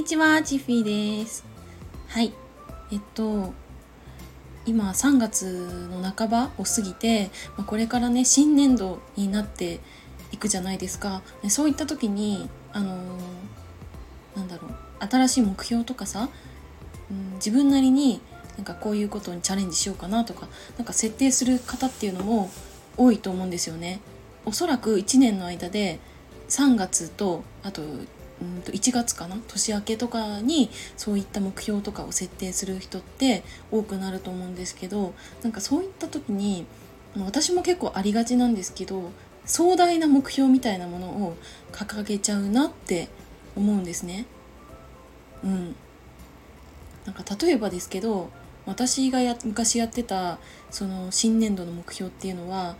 ちは、チッフィーです。はい。今3月の半ばを過ぎて、これからね、新年度になっていくじゃないですか。そういった時に、新しい目標とかさ、自分なりにこういうことにチャレンジしようかなとか、設定する方っていうのも多いと思うんですよね。おそらく1年の間で3月とあと1月かな、年明けとかにそういった目標とかを設定する人って多くなると思うんですけど、そういった時に私も結構ありがちなんですけど、壮大な目標みたいなものを掲げちゃうなって思うんですね。例えばですけど、私が昔やってたその新年度の目標っていうのは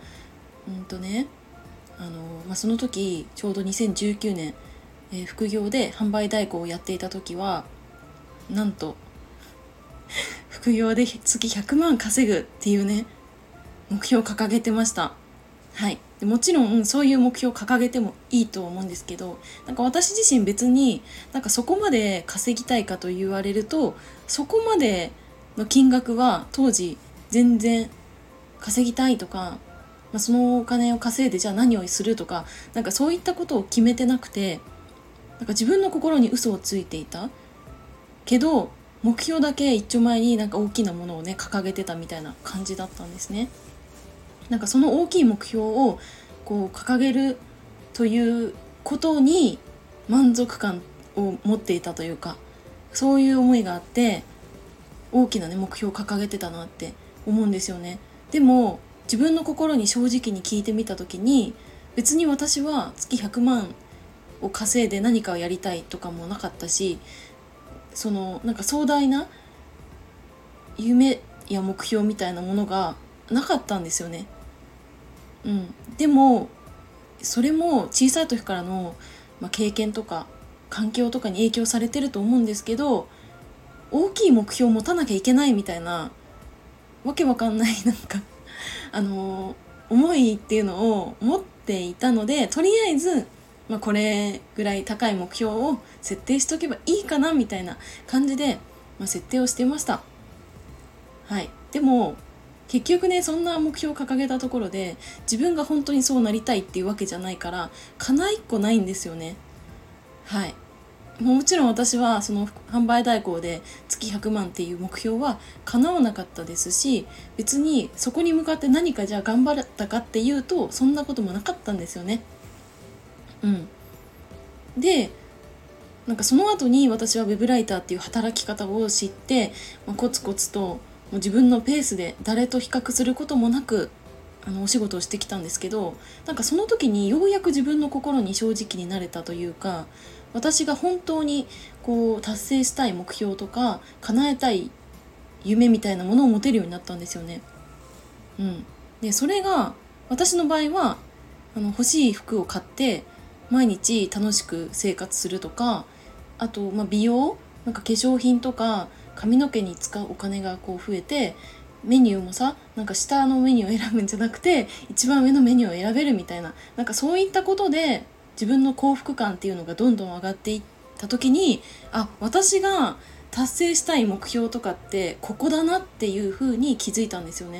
その時ちょうど2019年、副業で販売代行をやっていた時は、なんと副業で月100万稼ぐっていうね、目標を掲げてました。はい。でもちろんそういう目標を掲げてもいいと思うんですけど、私自身別にそこまで稼ぎたいかと言われると、そこまでの金額は当時全然稼ぎたいとか、そのお金を稼いでじゃあ何をするとか、そういったことを決めてなくて、自分の心に嘘をついていたけど、目標だけ一丁前に大きなものをね掲げてたみたいな感じだったんですね。その大きい目標をこう掲げるということに満足感を持っていたというか、そういう思いがあって大きなね目標を掲げてたなって思うんですよね。でも自分の心に正直に聞いてみた時に、別に私は月100万を稼いで何かをやりたいとかもなかったし、その壮大な夢や目標みたいなものがなかったんですよね。でもそれも小さい時からの、経験とか環境とかに影響されてると思うんですけど、大きい目標を持たなきゃいけないみたいなわけわかんない思いっていうのを持っていたので、とりあえず、これぐらい高い目標を設定しとけばいいかなみたいな感じで、設定をしてました。はい。でも結局ね、そんな目標を掲げたところで自分が本当にそうなりたいっていうわけじゃないから、叶いっこないんですよね。はい。もちろん私はその販売代行で月100万っていう目標は叶わなかったですし、別にそこに向かって何かじゃあ頑張ったかっていうと、そんなこともなかったんですよね。でその後に私はウェブライターっていう働き方を知って、コツコツともう自分のペースで誰と比較することもなくお仕事をしてきたんですけど、その時にようやく自分の心に正直になれたというか、私が本当にこう達成したい目標とか叶えたい夢みたいなものを持てるようになったんですよね。でそれが私の場合は欲しい服を買って毎日楽しく生活するとか、あと美容化粧品とか髪の毛に使うお金がこう増えて、メニューもさ下のメニューを選ぶんじゃなくて一番上のメニューを選べるみたいな、そういったことで自分の幸福感っていうのがどんどん上がっていった時に、私が達成したい目標とかってここだなっていう風に気づいたんですよね。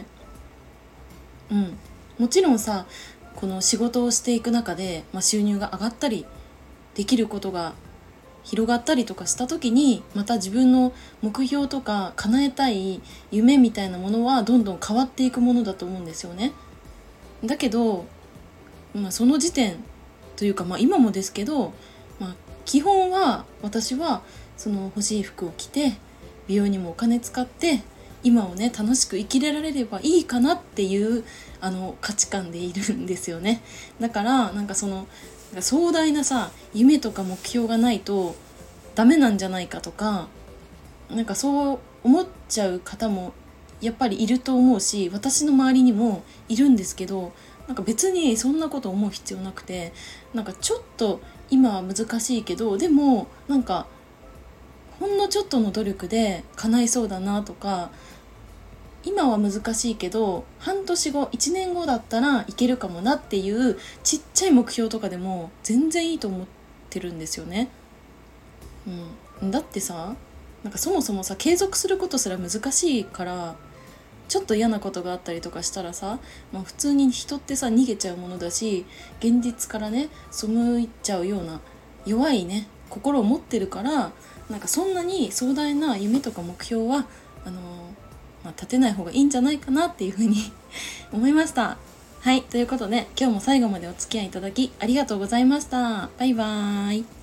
もちろんさ、この仕事をしていく中で、収入が上がったりできることが広がったりとかした時に、また自分の目標とか叶えたい夢みたいなものはどんどん変わっていくものだと思うんですよね。だけど、その時点というか、今もですけど、基本は私はその欲しい服を着て美容にもお金使って今をね楽しく生きられればいいかなっていう価値観でいるんですよね。だからその壮大なさ夢とか目標がないとダメなんじゃないかとか、そう思っちゃう方もやっぱりいると思うし、私の周りにもいるんですけど、別にそんなこと思う必要なくて、ちょっと今は難しいけど、でもほんのちょっとの努力で叶いそうだなとか、今は難しいけど半年後1年後だったらいけるかもなっていうちっちゃい目標とかでも全然いいと思ってるんですよね。 だってさ、なんかそもそもさ継続することすら難しいから、ちょっと嫌なことがあったりとかしたらさ、普通に人ってさ逃げちゃうものだし、現実からね背いっちゃうような弱いね心を持ってるから、なんかそんなに壮大な夢とか目標は立てない方がいいんじゃないかなっていうふうに思いました。はい、ということで今日も最後までお付き合いいただきありがとうございました。バイバーイ。